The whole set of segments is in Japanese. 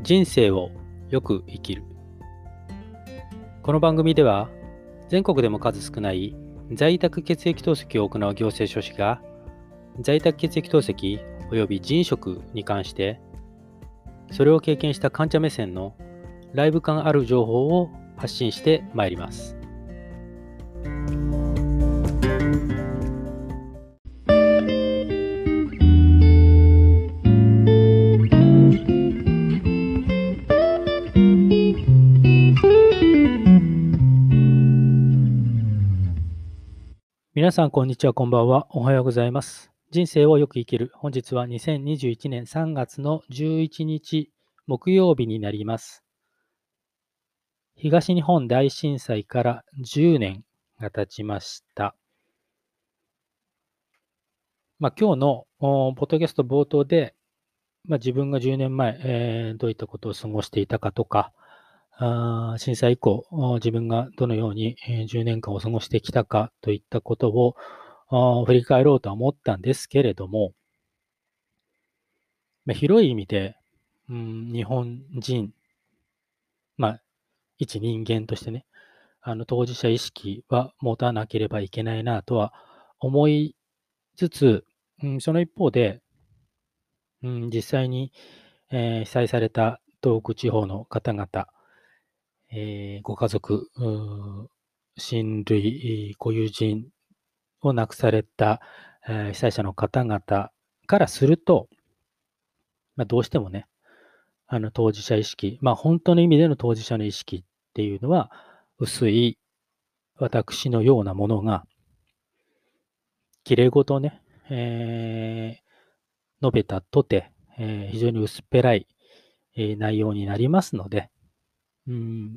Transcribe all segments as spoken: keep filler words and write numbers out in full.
人生をよく生きる。この番組では全国でも数少ない在宅血液透析を行う行政書士が在宅血液透析および腎食に関してそれを経験した患者目線のライブ感ある情報を発信してまいります。皆さんこんにちは、こんばんは、おはようございます。人生をよく生きる。本日はにせんにじゅういちねんさんがつのじゅういちにち木曜日になります。東日本大震災からじゅうねんが経ちました。まあ、今日のポッドキャスト冒頭で、まあ、自分がじゅうねんまえ、えーどういったことを過ごしていたかとか、あ震災以降、自分がどのようにじゅうねんかんを過ごしてきたかといったことを振り返ろうとは思ったんですけれども、まあ、広い意味で、うん、日本人、まあ、一人間としてね、あの当事者意識は持たなければいけないなとは思いつつ、うん、その一方で、うん、実際に、えー被災された東北地方の方々、えーご家族、親類、ご友人を亡くされた、えー被災者の方々からすると、まあ、どうしてもね、あの当事者意識、まあ本当の意味での当事者の意識っていうのは、薄い私のようなものが、きれいごとね、えー述べたとて、えー非常に薄っぺらい、えー内容になりますので、うん、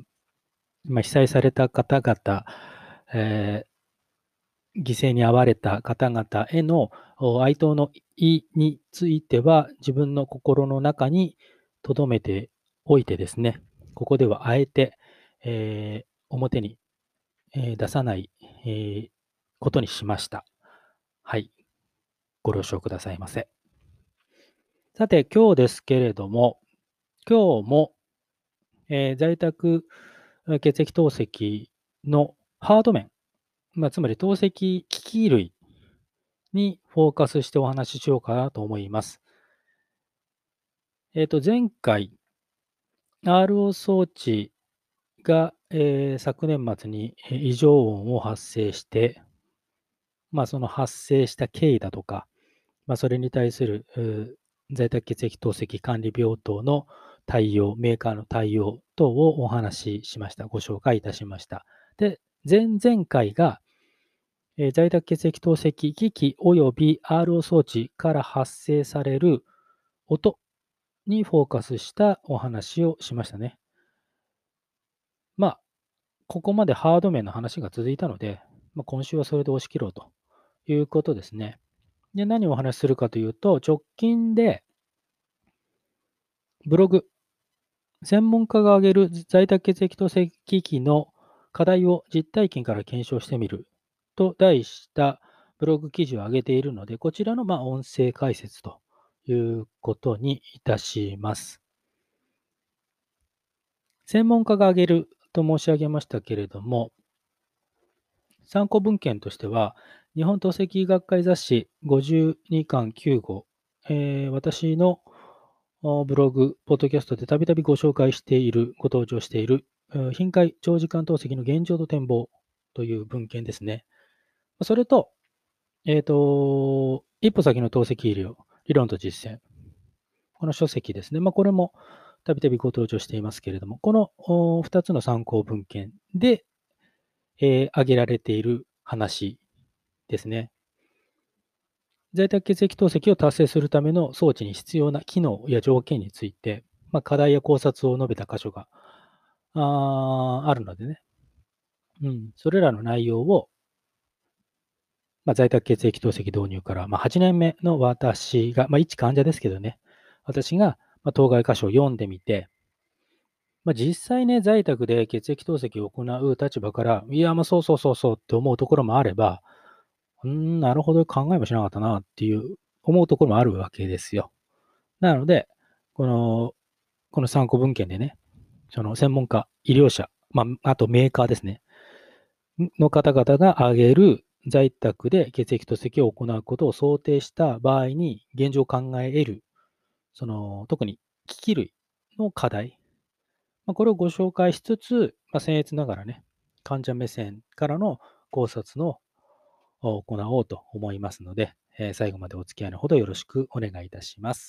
まあ、被災された方々、えー犠牲に遭われた方々への哀悼の意については、自分の心の中に留めておいてですね、ここではあえて、えー表に、えー出さない、えーことにしました。はい。ご了承くださいませ。さて、今日ですけれども、今日も、えー在宅血液透析のハード面、まあ、つまり透析機器類にフォーカスしてお話ししようかなと思います。えっ、と、前回、アールオー 装置が、えー昨年末にえー異常音を発生して、まあ、その発生した経緯だとか、まあ、それに対するうー在宅血液透析管理病棟の対応、メーカーの対応等をお話ししました。ご紹介いたしました。で、前々回が、えー在宅血液透析機器及び アールオー 装置から発生される音にフォーカスしたお話をしましたね。まあ、ここまでハード面の話が続いたので、まあ、今週はそれで押し切ろうということですね。で、何をお話しするかというと、直近でブログ、専門家が挙げる在宅血液透析機器の課題を実体験から検証してみると題したブログ記事を上げているので、こちらのまあ音声解説ということにいたします。専門家が挙げると申し上げましたけれども、参考文献としては、日本透析学会雑誌ごじゅうにかんきゅうごう、えー私のブログ、ポッドキャストでたびたびご紹介している、ご登場している、頻回長時間透析の現状と展望という文献ですね。それと、えっ、と、一歩先の透析医療、理論と実践。この書籍ですね。まあ、これもたびたびご登場していますけれども、このふたつの参考文献で、えー挙げられている話ですね。在宅血液透析を達成するための装置に必要な機能や条件について、まあ、課題や考察を述べた箇所がああるのでね、うん、それらの内容を、まあ、在宅血液透析導入から、まあ、はちねんめの私が、まあ、一患者ですけどね、私が、まあ、当該箇所を読んでみて、まあ、実際ね、在宅で血液透析を行う立場から、いや、まあ、そうそうそうそうって思うところもあれば、うーん、なるほど、考えもしなかったなっていう、思うところもあるわけですよ。なので、このこの参考文献でね、その専門家、医療者、まあ、あとメーカーですね、の方々が挙げる在宅で血液透析を行うことを想定した場合に、現状考え得る、その特に機器類の課題、まあ、これをご紹介しつつ、まあ、僭越ながらね、患者目線からの考察のを行おうと思いますので、えー最後までお付き合いのほどよろしくお願いいたします。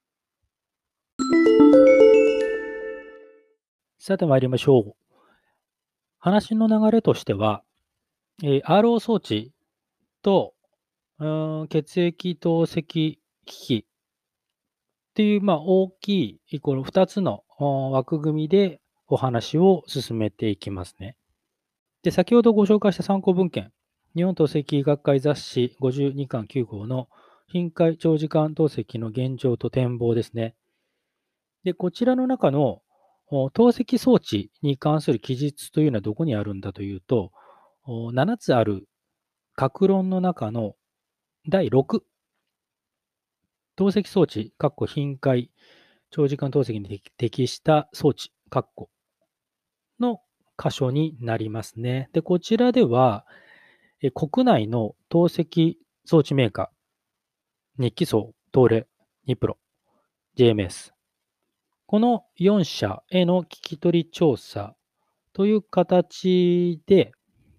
さて参りましょう。話の流れとしては、えー アールオー 装置とうーん血液透析機器っていう、まあ、大きいこのふたつのお枠組みでお話を進めていきますね。で、先ほどご紹介した参考文献、日本透析医学会雑誌ごじゅうにかんきゅう号の頻回長時間透析の現状と展望ですね。で、こちらの中のお透析装置に関する記述というのはどこにあるんだというと、おななつある各論の中のだいろく、透析装置、かっこ頻回長時間透析に適適した装置、かっこの箇所になりますね。で、こちらでは、え国内の透析装置メーカー、日機装、東レ、ニプロ、ジェーエムエス、このよん社への聞き取り調査という形で、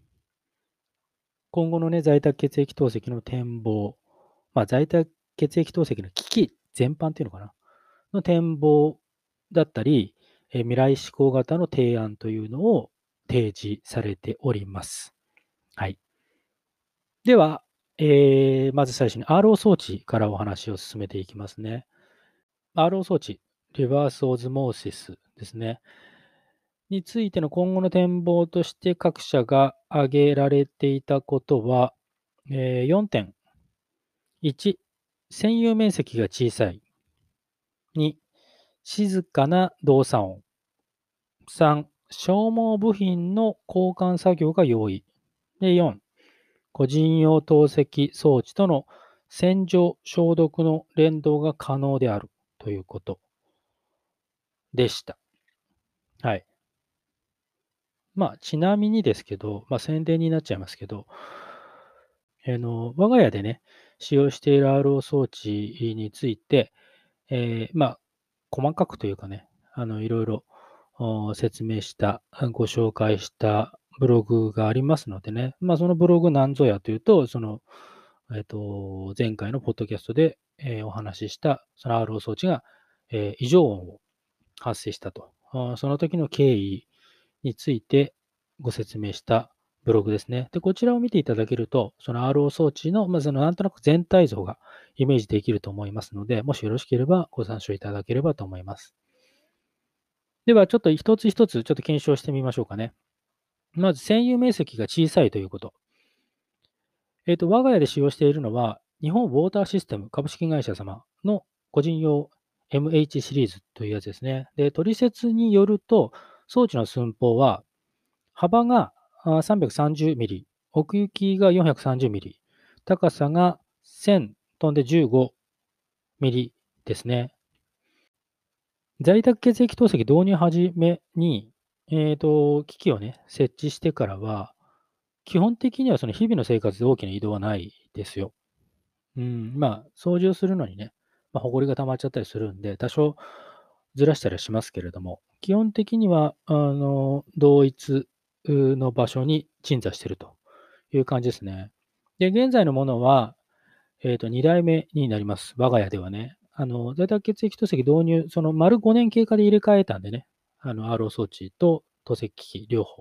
今後のね、在宅血液透析の展望、まあ、在宅血液透析の機器全般っていうのかな、の展望だったり、えー未来志向型の提案というのを提示されております。はい。では、えーまず最初に アールオー 装置からお話を進めていきますね。アールオー 装置、リバースオズモーシスですね。についての今後の展望として各社が挙げられていたことは、えーよんてん。いち、占有面積が小さい。に、静かな動作音。さん、消耗部品の交換作業が容易。で、よん、個人用透析装置との洗浄、消毒の連動が可能であるということでした。はい。まあ、ちなみにですけど、まあ、宣伝になっちゃいますけど、あの我が家でね、使用している アールオー 装置について、えーまあ、細かくというかね、あのいろいろお説明した、ご紹介したブログがありますのでね、まあ、そのブログ何ぞやというと、その、えっと、前回のポッドキャストで、えーお話しした、その アールオー 装置が、えー異常音を発生したと。あーその時の経緯についてご説明したブログですね。で、こちらを見ていただけると、その アールオー 装置の、まあ、そのなんとなく全体像がイメージできると思いますので、もしよろしければご参照いただければと思います。では、ちょっと一つ一つちょっと検証してみましょうかね。まず、占有面積が小さいということ。えっ、と、我が家で使用しているのは、日本ウォーターシステム株式会社様の個人用 エムエイチ シリーズというやつですね。で、取説によると、装置の寸法は、幅があさんびゃくさんじゅうミリ、奥行きがよんひゃくさんじゅうミリ、高さがせん飛んでじゅうごミリですね。在宅血液透析導入始めに、えーと、機器をね、設置してからは、基本的にはその日々の生活で大きな移動はないですよ。うん、まあ、掃除をするのにね、まあ、埃が溜まっちゃったりするんで、多少ずらしたりはしますけれども、基本的には、あの、同一の場所に鎮座しているという感じですね。で、現在のものは、えっと、に代目になります。我が家ではね。あの、在宅血液透析導入、その丸ごねん経過で入れ替えたんでね、あの、アールオー 装置と透析機器両方。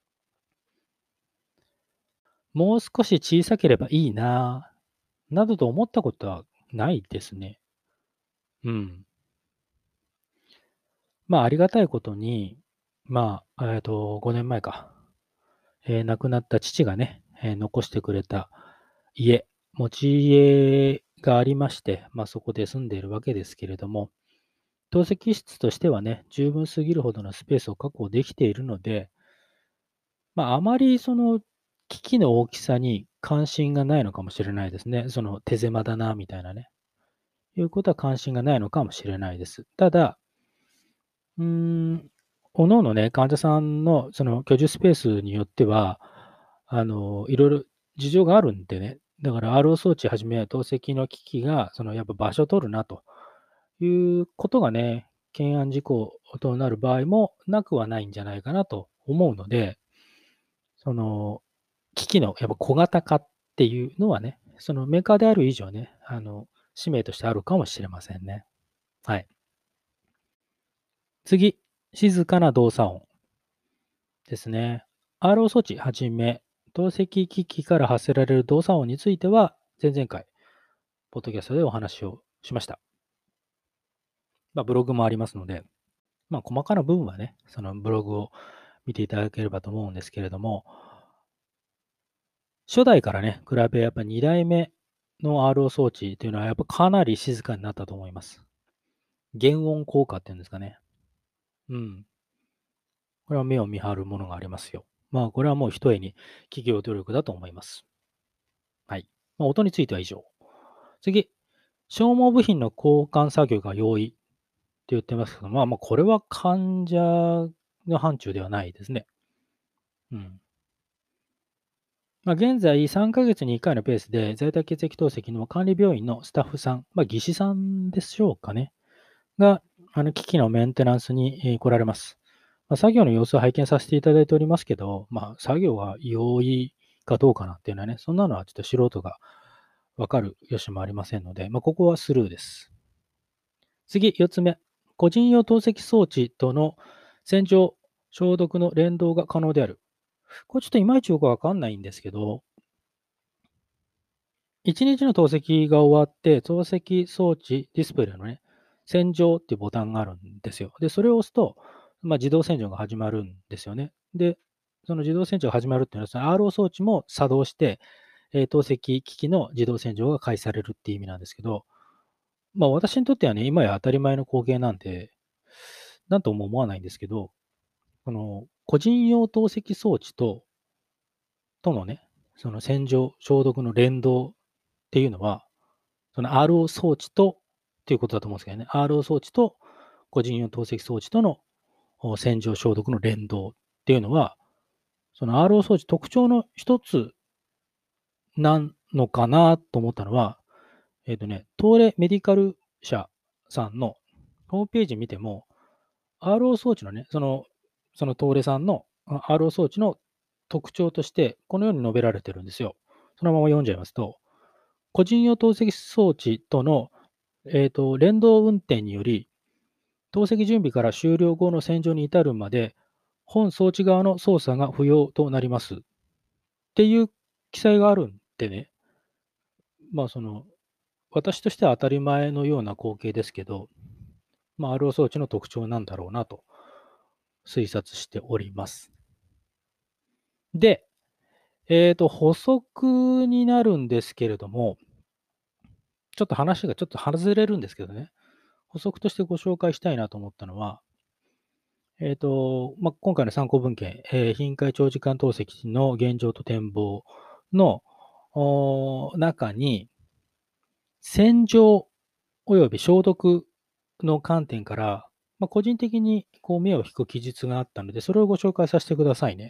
もう少し小さければいいなぁ、などと思ったことはないですね。うん。まあ、ありがたいことに、まあ、えっと、ごねんまえか、えー亡くなった父がね、えー残してくれた家、持ち家がありまして、まあ、そこで住んでいるわけですけれども、透析室としてはね、十分すぎるほどのスペースを確保できているので、まあ、あまりその機器の大きさに関心がないのかもしれないですね。その手狭だな、みたいなね。いうことは関心がないのかもしれないです。ただ、 うーん、各々ね、患者さんのその居住スペースによっては、あの、いろいろ事情があるんでね、だから アールオー 装置はじめ透析の機器が、そのやっぱ場所を取るなということがね、懸案事項となる場合もなくはないんじゃないかなと思うので、その機器のやっぱ小型化っていうのはね、そのメーカーである以上ね、あの、使命としてあるかもしれませんね。はい。次、静かな動作音ですね。アールオー 装置はじめ、透析機器から発せられる動作音については、前々回、ポッドキャストでお話をしました。まあ、ブログもありますので、まあ、細かな部分はね、そのブログを見ていただければと思うんですけれども、初代からね、比べやっぱにだいめの アールオー 装置というのはやっぱかなり静かになったと思います。減音効果っていうんですかね。うん。これは目を見張るものがありますよ。まあ、これはもう一重に企業努力だと思います。はい。まあ、音については以上。次、消耗部品の交換作業が容易って言ってますけど、まあ、まあ、これは患者の範疇ではないですね。うん。まあ、現在、さんかげつにいっかいのペースで、在宅血液透析の管理病院のスタッフさん、まあ、技師さんでしょうかね、が、あの機器のメンテナンスにえー来られます。まあ、作業の様子を拝見させていただいておりますけど、まあ、作業が容易かどうかなっていうのはね、そんなのはちょっと素人がわかる由もありませんので、まあ、ここはスルーです。次、よっつめ。個人用透析装置との洗浄、消毒の連動が可能である。これちょっといまいちよくわかんないんですけど、いちにちの透析が終わって、透析装置ディスプレイのね、洗浄っていうボタンがあるんですよ。で、それを押すと、まあ、自動洗浄が始まるんですよね。で、その自動洗浄が始まるっていうのは、その アールオー 装置も作動して、えー透析機器の自動洗浄が開始されるっていう意味なんですけど、まあ、私にとってはね、今や当たり前の光景なんで、なんとも思わないんですけど、この個人用透析装置ととのね、その洗浄、消毒の連動っていうのは、その アールオー 装置とっていうことだと思うんですけどね、アールオー 装置と個人用透析装置との洗浄、消毒の連動っていうのは、その アールオー 装置特徴の一つなのかなと思ったのは、えっとね、東レメディカル社さんのホームページ見ても、アールオー 装置のね、その、その東レさんのあ アールオー 装置の特徴として、このように述べられてるんですよ。そのまま読んじゃいますと、個人用透析装置との、えーと連動運転により、透析準備から終了後の洗浄に至るまで、本装置側の操作が不要となります。っていう記載があるんでね、まあその、私としては当たり前のような光景ですけど、まあ、アールオー 装置の特徴なんだろうなと推察しております。で、えっと、補足になるんですけれども、ちょっと話がちょっと外れるんですけどね、補足としてご紹介したいなと思ったのは、えっと、まあ、今回の参考文献、えー頻回長時間透析の現状と展望のおー中に、洗浄及び消毒の観点から、まあ、個人的にこう目を引く記述があったので、それをご紹介させてくださいね。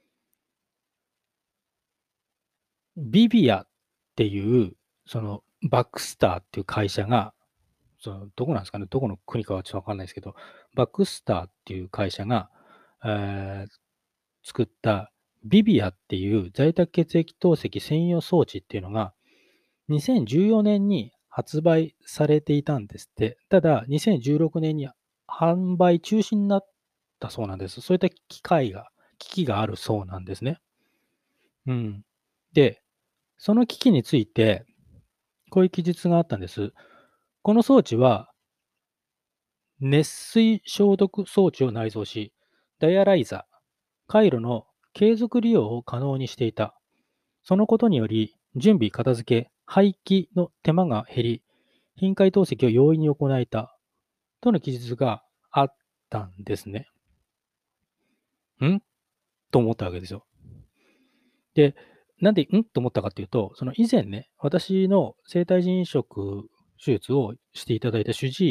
ビビアっていう、そのバックスターっていう会社が、そのどこなんですかね、どこの国かはちょっとわかんないですけど、バックスターっていう会社が、えー作ったビビアっていう在宅血液透析専用装置っていうのが、にせんじゅうよねんに発売されていたんですって。ただ、にせんじゅうろくねんに販売中止になったそうなんです。そういった機械が、機器があるそうなんですね。うん。で、その機器について、こういう記述があったんです。この装置は、熱水消毒装置を内蔵し、ダイアライザー、回路の継続利用を可能にしていた。そのことにより、準備、片付け、廃棄の手間が減り、頻回透析を容易に行えた。との記述があったんですね。んと思ったわけですよ。で、なんでんと思ったかっていうと、その以前ね、私の生体腎移植手術をしていただいた主治医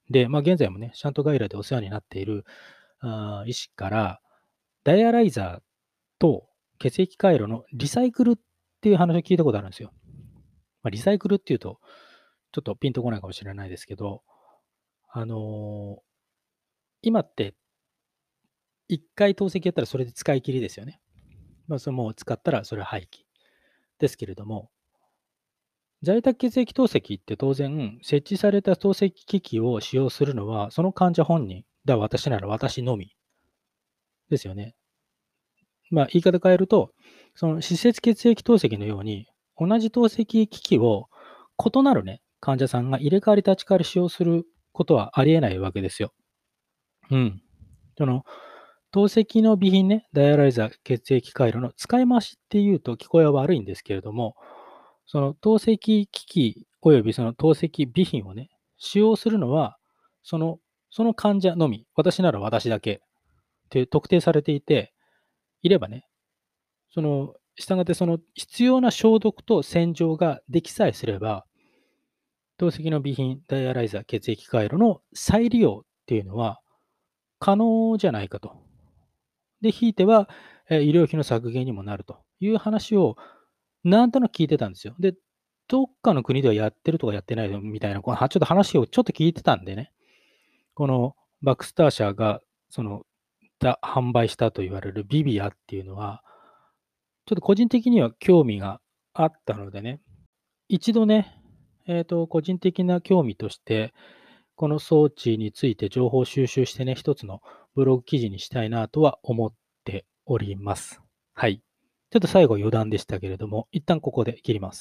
で、まあ、現在もね、シャント外来でお世話になっているあー医師から、ダイアライザーと血液回路のリサイクルっていう話を聞いたことあるんですよ。まあ、リサイクルっていうと、ちょっとピンとこないかもしれないですけど、あのー今っていっかい透析やったらそれで使い切りですよね。まあ、それもう使ったらそれは廃棄ですけれども、在宅血液透析って当然、設置された透析機器を使用するのは、その患者本人、だ私なら私のみですよね。まあ、言い方変えると、その施設血液透析のように、同じ透析機器を異なるね、患者さんが入れ替わり立ち替わり使用することはありえないわけですよ。うん。その、透析の備品ね、ダイアライザー、血液回路の使い回しっていうと聞こえは悪いんですけれども、その透析機器及びその透析備品をね、使用するのは、その、その患者のみ、私なら私だけっていう特定されていて、いればね、その、従ってその必要な消毒と洗浄ができさえすれば、透析の備品、ダイアライザー、血液回路の再利用っていうのは可能じゃないかと。で、ひいては、えー医療費の削減にもなるという話をなんとなく聞いてたんですよ。で、どっかの国ではやってるとかやってないみたいな、このはちょっと話をちょっと聞いてたんでね、このバックスター社がそのだ販売したと言われるビビアっていうのは、ちょっと個人的には興味があったのでね、一度ね、えっと、個人的な興味として、この装置について情報収集してね、一つのブログ記事にしたいなとは思っております。はい。ちょっと最後余談でしたけれども、一旦ここで切ります。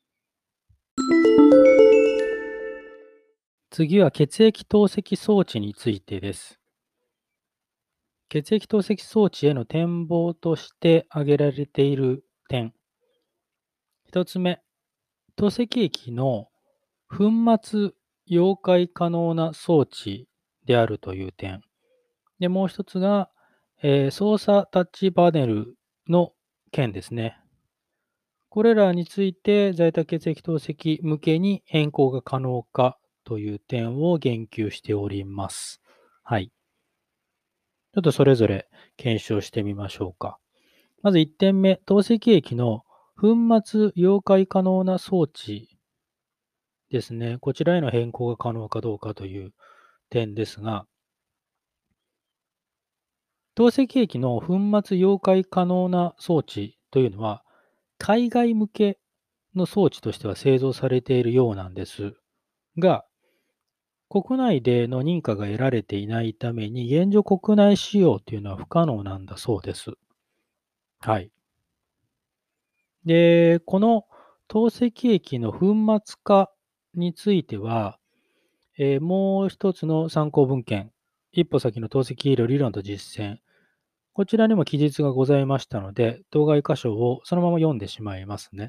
次は血液透析装置についてです。血液透析装置への展望として挙げられている点。一つ目、透析液の粉末溶解可能な装置であるという点。で、もう一つが、えー操作タッチパネルの件ですね。これらについて在宅血液透析向けに変更が可能かという点を言及しております。はい。ちょっとそれぞれ検証してみましょうか。まずいってんめ、透析液の粉末溶解可能な装置ですね。こちらへの変更が可能かどうかという点ですが、透析液の粉末溶解可能な装置というのは、海外向けの装置としては製造されているようなんですが、国内での認可が得られていないために、現状国内使用というのは不可能なんだそうです。はい。で、この透析液の粉末化については、えーもう一つの参考文献、一歩先の透析医療理論と実践、こちらにも記述がございましたので、当該箇所をそのまま読んでしまいますね。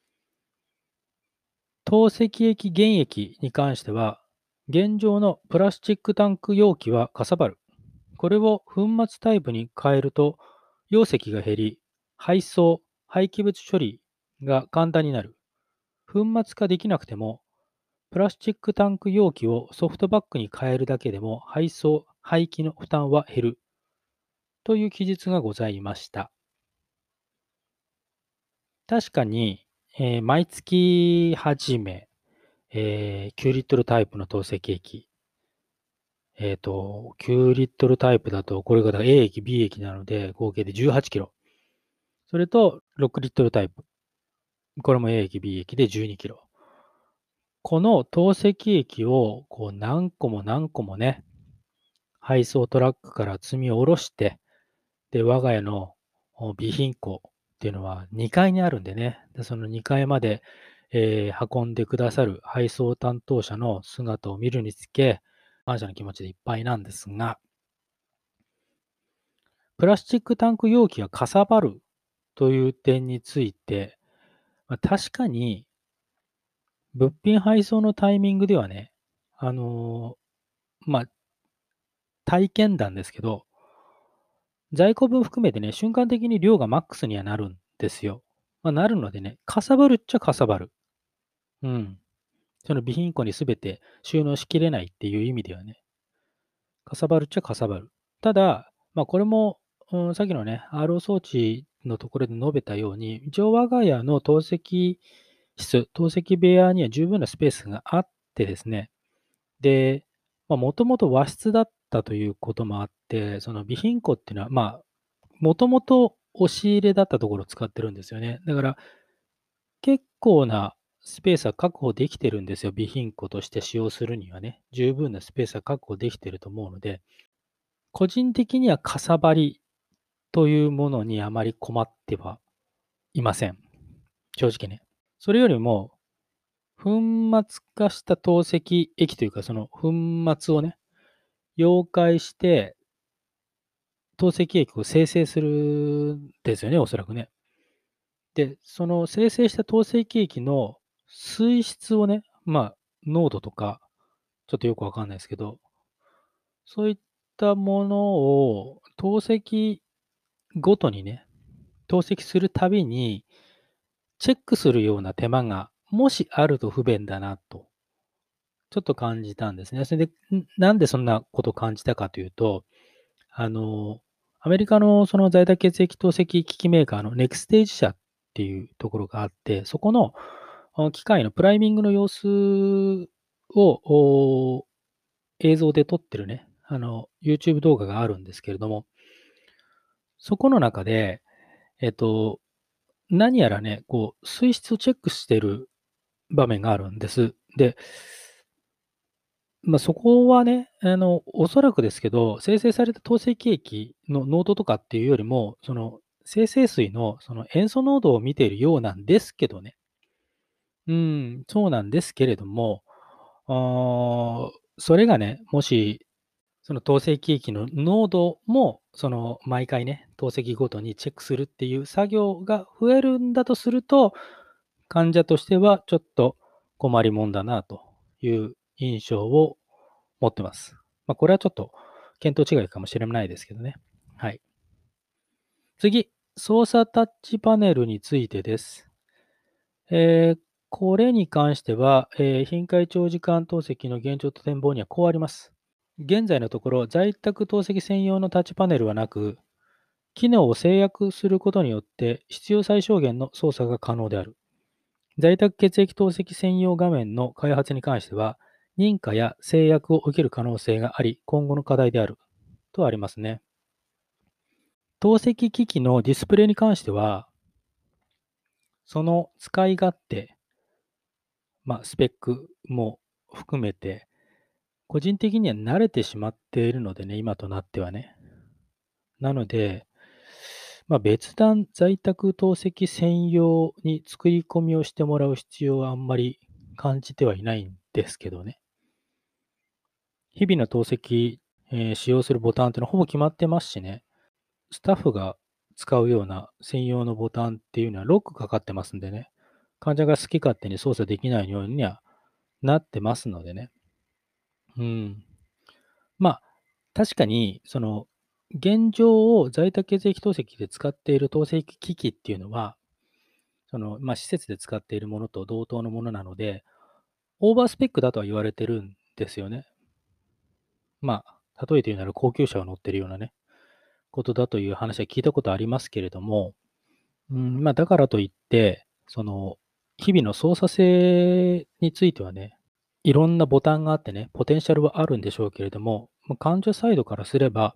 透析液原液に関しては、現状のプラスチックタンク容器はかさばる。これを粉末タイプに変えると、容積が減り、配送、廃棄物処理が簡単になる。粉末化できなくても、プラスチックタンク容器をソフトバッグに変えるだけでも配送、廃棄の負担は減るという記述がございました。確かに、えー毎月初め、えーきゅうリットルタイプの透析液、えっ、と、きゅうリットルタイプだと、これが A 液、B 液なので、合計でじゅうはちキロ。それと、ろくリットルタイプ。これも A 液、B 液でじゅうにキロ。この透析液をこう何個も何個もね、配送トラックから積み下ろして、で、我が家の備品庫っていうのはにかいにあるんでね、でそのにかいまで、えー運んでくださる配送担当者の姿を見るにつけ、感謝の気持ちでいっぱいなんですが、プラスチックタンク容器がかさばるという点について、まあ、確かに物品配送のタイミングではね、あのーまあ、体験談ですけど、在庫分含めてね、瞬間的に量がマックスにはなるんですよ。まあ、なるのでね、かさばるっちゃかさばる。うん。 その備品庫にすべて収納しきれないっていう意味ではね、かさばるっちゃかさばる。ただ、まあ、これも、うん、さっきのね、アールオー 装置のところで述べたように、一応我が家の透析室、透析部屋には十分なスペースがあってですね、で、まあ、もともと和室だったということもあって、その備品庫っていうのは、まあ、もともと押し入れだったところを使ってるんですよね。だから、結構なスペースは確保できてるんですよ。備品庫として使用するにはね。十分なスペースは確保できてると思うので、個人的にはかさばりというものにあまり困ってはいません。正直ね。それよりも、粉末化した透析液というか、その粉末をね、溶解して、透析液を生成するんですよね、おそらくね。で、その生成した透析液の水質をね、まあ、濃度とか、ちょっとよくわかんないですけど、そういったものを透析ごとにね、透析するたびにチェックするような手間が、もしあると不便だなと、ちょっと感じたんですね。それで、んなんでそんなことを感じたかというと、あの、アメリカのその在宅血液透析機器メーカーのネクステージ社っていうところがあって、そこのあ機械のプライミングの様子をお映像で撮ってるね、あの、YouTube 動画があるんですけれども、そこの中で、えっと、何やらね、こう、水質をチェックしてる場面があるんです。で、まあ、そこはね、あの、おそらくですけど、生成された透析液の濃度とかっていうよりも、その、生成水のその塩素濃度を見ているようなんですけどね。うん、そうなんですけれども、ああ、それがね、もし、その透析液の濃度も、その、毎回ね、透析ごとにチェックするっていう作業が増えるんだとすると、患者としてはちょっと困りもんだなという印象を持ってます。まあ、これはちょっと見当違いかもしれないですけどね。はい。次、操作タッチパネルについてです。えーこれに関しては、えー頻回長時間透析の現状と展望にはこうあります。現在のところ、在宅透析専用のタッチパネルはなく、機能を制約することによって必要最小限の操作が可能である。在宅血液透析専用画面の開発に関しては、認可や制約を受ける可能性があり、今後の課題である。とありますね。透析機器のディスプレイに関しては、その使い勝手、まあ、スペックも含めて、個人的には慣れてしまっているのでね、今となってはね。なので、まあ、別段在宅透析専用に作り込みをしてもらう必要はあんまり感じてはいないんですけどね。日々の透析、えー使用するボタンっていうのはほぼ決まってますしね。スタッフが使うような専用のボタンっていうのはロックかかってますんでね。患者が好き勝手に操作できないようにはなってますのでね。うん。まあ、確かに、その、現状を在宅血液透析で使っている透析機器っていうのは、その、まあ、施設で使っているものと同等のものなので、オーバースペックだとは言われてるんですよね。まあ、例えて言うなら高級車を乗ってるようなね、ことだという話は聞いたことありますけれども、うん、まあ、だからといって、その、日々の操作性についてはね、いろんなボタンがあってね、ポテンシャルはあるんでしょうけれども、まあ、患者サイドからすれば、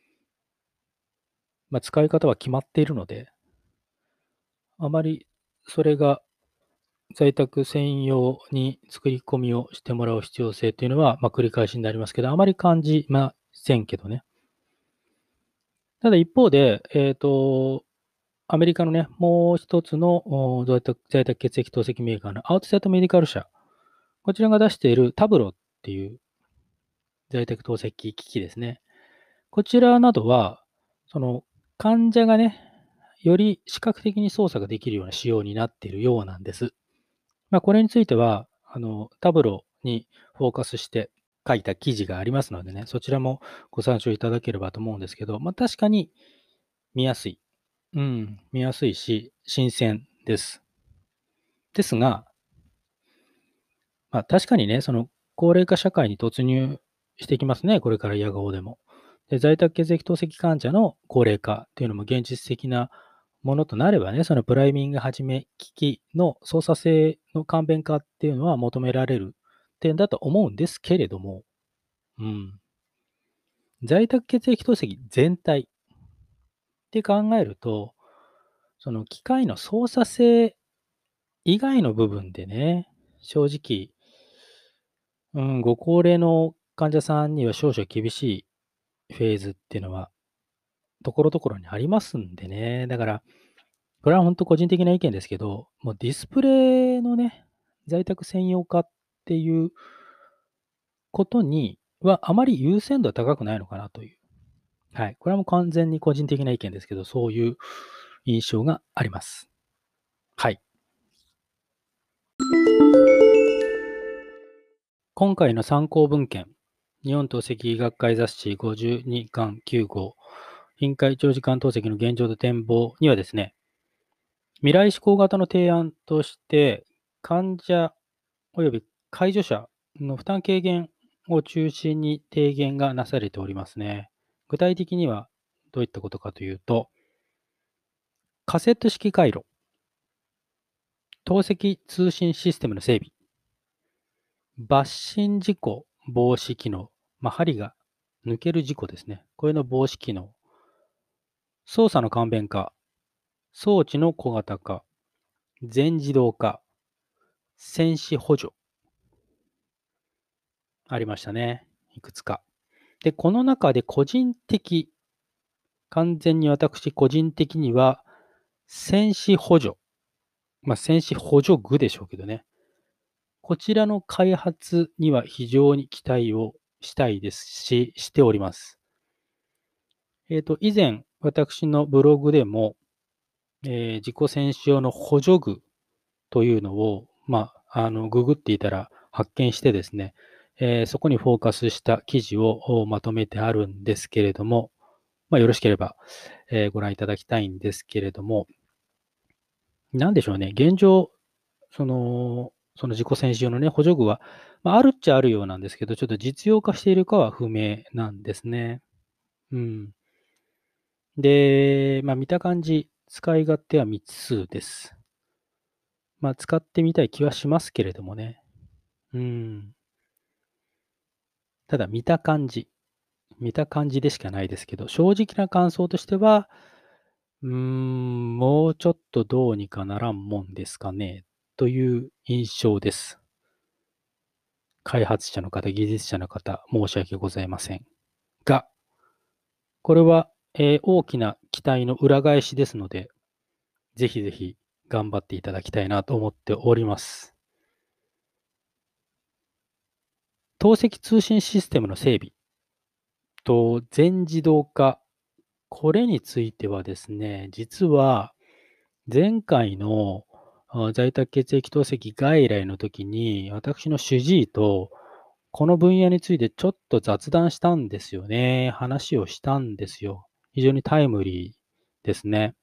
まあ、使い方は決まっているので、あまりそれが在宅専用に作り込みをしてもらう必要性というのは、まあ、繰り返しになりますけど、あまり感じませんけどね。ただ一方で、えっと、アメリカのね、もう一つのお在宅在宅血液透析メーカーのアウトセットメディカル社。こちらが出しているタブロっていう在宅透析機器ですね。こちらなどは、その患者がね、より視覚的に操作ができるような仕様になっているようなんです。まあ、これについては、あの、タブロにフォーカスして書いた記事がありますのでね、そちらもご参照いただければと思うんですけど、まあ、確かに見やすい。うん、見やすいし、新鮮です。ですが、 まあ確かにね、その高齢化社会に突入していきますね、これから野号でも。で、在宅血液透析患者の高齢化っていうのも現実的なものとなればね、そのプライミングはじめ機器の操作性の簡便化っていうのは求められる点だと思うんですけれども、うん。在宅血液透析全体って考えると、その機械の操作性以外の部分でね、正直、うん、ご高齢の患者さんには少々厳しいフェーズっていうのは、ところどころにありますんでね。だから、これは本当個人的な意見ですけど、もうディスプレイのね、在宅専用化っていうことには、あまり優先度は高くないのかなという。はい。これはもう完全に個人的な意見ですけど、そういう印象があります。はい。今回の参考文献、日本透析医学会雑誌ごじゅうにかんきゅう号、頻回長時間透析の現状と展望にはですね、未来志向型の提案として、患者及び介助者の負担軽減を中心に提言がなされておりますね。具体的にはどういったことかというと、カセット式回路、透析通信システムの整備、抜心事故防止機能、まあ、針が抜ける事故ですね。これの防止機能、操作の簡便化、装置の小型化、全自動化、戦士補助、ありましたね。いくつか。で、この中で個人的、完全に私個人的には、戦士補助、まあ、戦士補助具でしょうけどね。こちらの開発には非常に期待をしたいですし、しております。えっ、と、以前、私のブログでも、えー自己戦士用の補助具というのを、まあ、あの、ググっていたら発見してですね、えーそこにフォーカスした記事をまとめてあるんですけれども、まあ、よろしければ、えーご覧いただきたいんですけれども、なんでしょうね、現状、その、その自己戦士用のね、補助具は、まあ、あるっちゃあるようなんですけど、ちょっと実用化しているかは不明なんですね。うん。で、まあ、見た感じ、使い勝手は未知数です。まあ、使ってみたい気はしますけれどもね。うん。ただ、見た感じ。見た感じでしかないですけど、正直な感想としては、うーん、もうちょっとどうにかならんもんですかね、という印象です。開発者の方、技術者の方、申し訳ございません。が、これは、えー大きな期待の裏返しですので、ぜひぜひ頑張っていただきたいなと思っております。透析通信システムの整備と全自動化、これについてはですね、実は前回のあ在宅血液透析外来の時に、私の主治医とこの分野についてちょっと雑談したんですよね。話をしたんですよ。非常にタイムリーですね。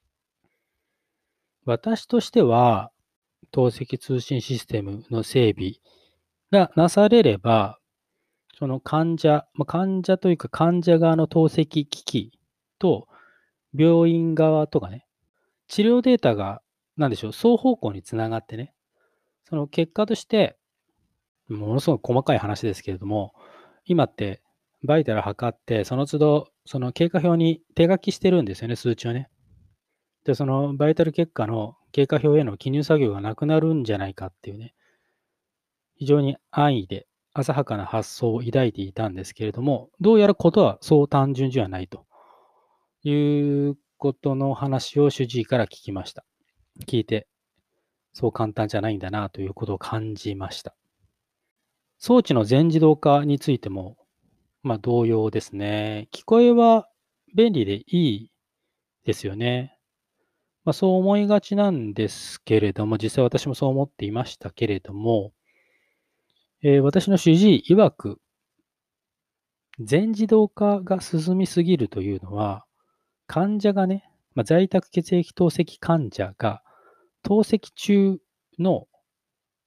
私としては、透析通信システムの整備がなされれば、その患者、まあ、患者というか患者側の透析機器と病院側とかね、治療データが、なんでしょう、双方向につながってね、その結果として、ものすごく細かい話ですけれども、今ってバイタル測って、その都度、その経過表に手書きしてるんですよね、数値をね。で、そのバイタル結果の経過表への記入作業がなくなるんじゃないかっていうね、非常に安易で浅はかな発想を抱いていたんですけれども、どうやらことはそう単純じゃないということの話を主治医から聞きました。聞いて、そう簡単じゃないんだなということを感じました。装置の全自動化についても、まあ同様ですね。聞こえは便利でいいですよね。まあそう思いがちなんですけれども、実際私もそう思っていましたけれども、えー私の主治医曰く、全自動化が進みすぎるというのは、患者がね、まあ、在宅血液透析患者が透析中の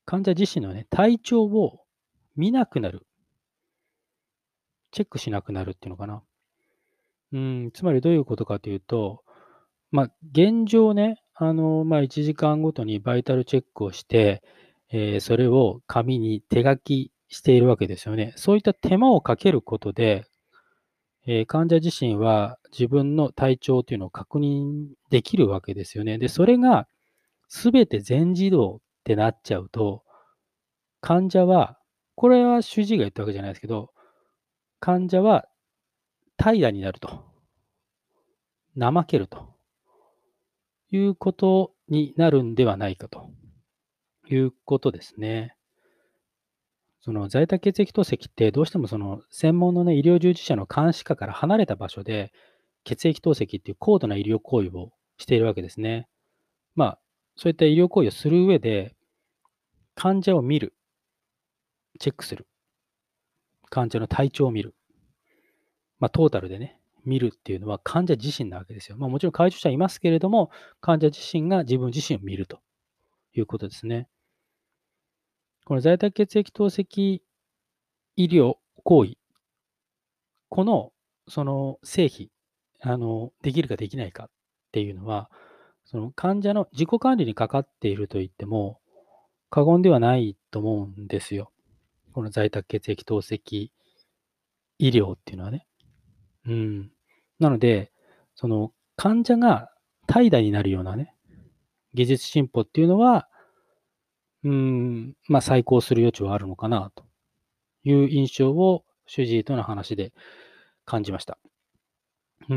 患者自身のね、体調を見なくなる。チェックしなくなるっていうのかな。うん、つまりどういうことかというと、まあ、現状ね、あの、まあ、いちじかんごとにバイタルチェックをして、えーそれを紙に手書きしているわけですよね。そういった手間をかけることで、えー患者自身は自分の体調というのを確認できるわけですよね。で、それが全て全自動ってなっちゃうと、患者は、これは主治医が言ったわけじゃないですけど、患者は怠惰になると、怠けるということになるんではないかということですね。その在宅血液透析ってどうしてもその専門のね、医療従事者の監視下から離れた場所で血液透析っていう高度な医療行為をしているわけですね。まあ、そういった医療行為をする上で、患者を見る、チェックする、患者の体調を見る、まあ、トータルでね、見るっていうのは患者自身なわけですよ。まあ、もちろん介助者いますけれども、患者自身が自分自身を見るということですね。この在宅血液透析医療行為、このその成否、あの、できるかできないかっていうのは、その患者の自己管理にかかっていると言っても過言ではないと思うんですよ。この在宅血液透析医療っていうのはね。うん。なので、その患者が怠惰になるようなね、技術進歩っていうのは、うーん、まあ、再考する余地はあるのかなという印象を主治医との話で感じました。うん。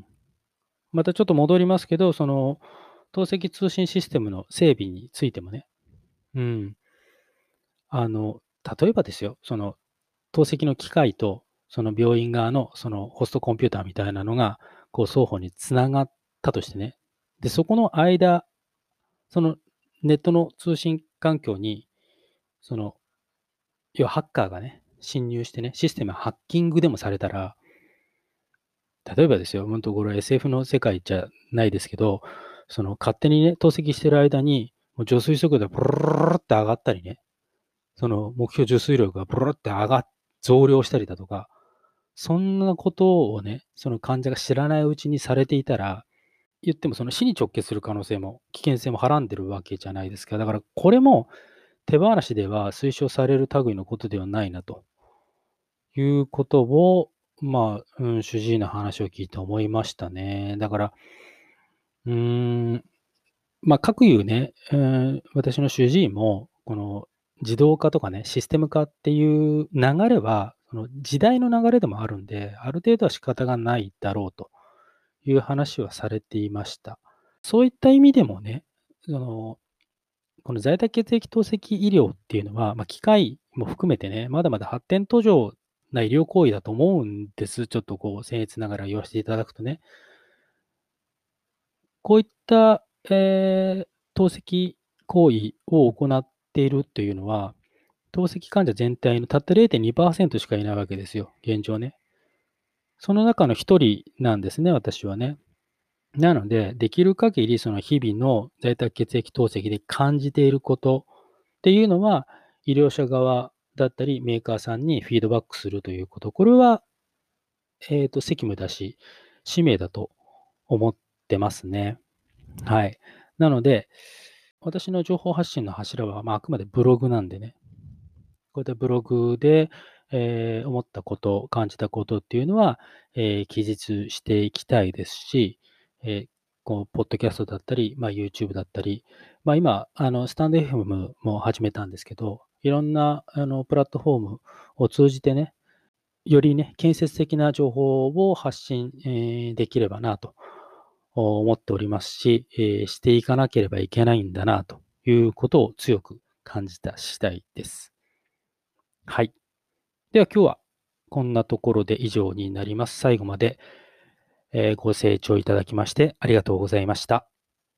またちょっと戻りますけど、その透析通信システムの整備についてもね、うん、あの、例えばですよ、その透析の機械とその病院側のそのホストコンピューターみたいなのが、こう双方につながったとしてね、で、そこの間、そのネットの通信環境に、その、要はハッカーがね、侵入してね、システムハッキングでもされたら、例えばですよ、本当これ エスエフ の世界じゃないですけど、その勝手にね、透析してる間に、もう浄水速度がブルルルルルって上がったりね、その目標受水量がブルルルって上がっ増量したりだとか、そんなことをね、その患者が知らないうちにされていたら、言ってもその死に直結する可能性も、危険性もはらんでるわけじゃないですか。だからこれも手放しでは推奨される類のことではないなということを、まあ、うん、主治医の話を聞いて思いましたね。だから、うーん、まあ、各いうね、えー私の主治医も、この自動化とかね、システム化っていう流れは、その時代の流れでもあるんで、ある程度は仕方がないだろうという話はされていました。そういった意味でもね、その、この在宅血液透析医療っていうのは、まあ、機械も含めてね、まだまだ発展途上な医療行為だと思うんです。ちょっとこう、僭越ながら言わせていただくとね。こういった、えー透析行為を行っているというのは、透析患者全体のたった れいてんにパーセント しかいないわけですよ、現状ね。その中の一人なんですね、私はね。なので、できる限りその日々の在宅血液透析で感じていることっていうのは、医療者側だったりメーカーさんにフィードバックするということ。これは、えっと、責務だし、使命だと思ってますね。はい。なので、私の情報発信の柱は、まあ、あくまでブログなんでね、こういったブログで、えー思ったこと、感じたことっていうのは、えー記述していきたいですし、えーこう、ポッドキャストだったり、まあ、YouTube だったり、まあ、今、あの、スタンド エフエム も始めたんですけど、いろんな、あの、プラットフォームを通じてね、よりね、建設的な情報を発信、えーできればなと思っておりますし、えーしていかなければいけないんだなということを強く感じた次第です。はい。では今日はこんなところで以上になります。最後まで、えーご清聴いただきましてありがとうございました。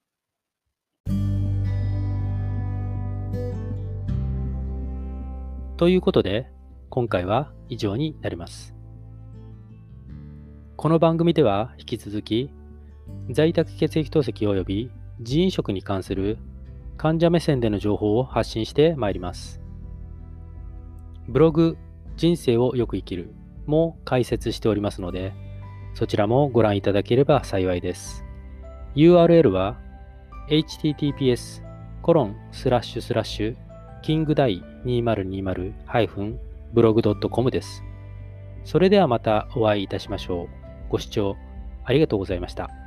ということで、今回は以上になります。この番組では引き続き、在宅血液透析及び腎移植に関する患者目線での情報を発信してまいります。ブログ、人生をよく生きるも開設しておりますので、そちらもご覧いただければ幸いです。ユーアールエル は エイチティーティーピーエス コロンスラッシュスラッシュキングダイにせんにじゅう ブログ ドットコム です。それではまたお会いいたしましょう。ご視聴ありがとうございました。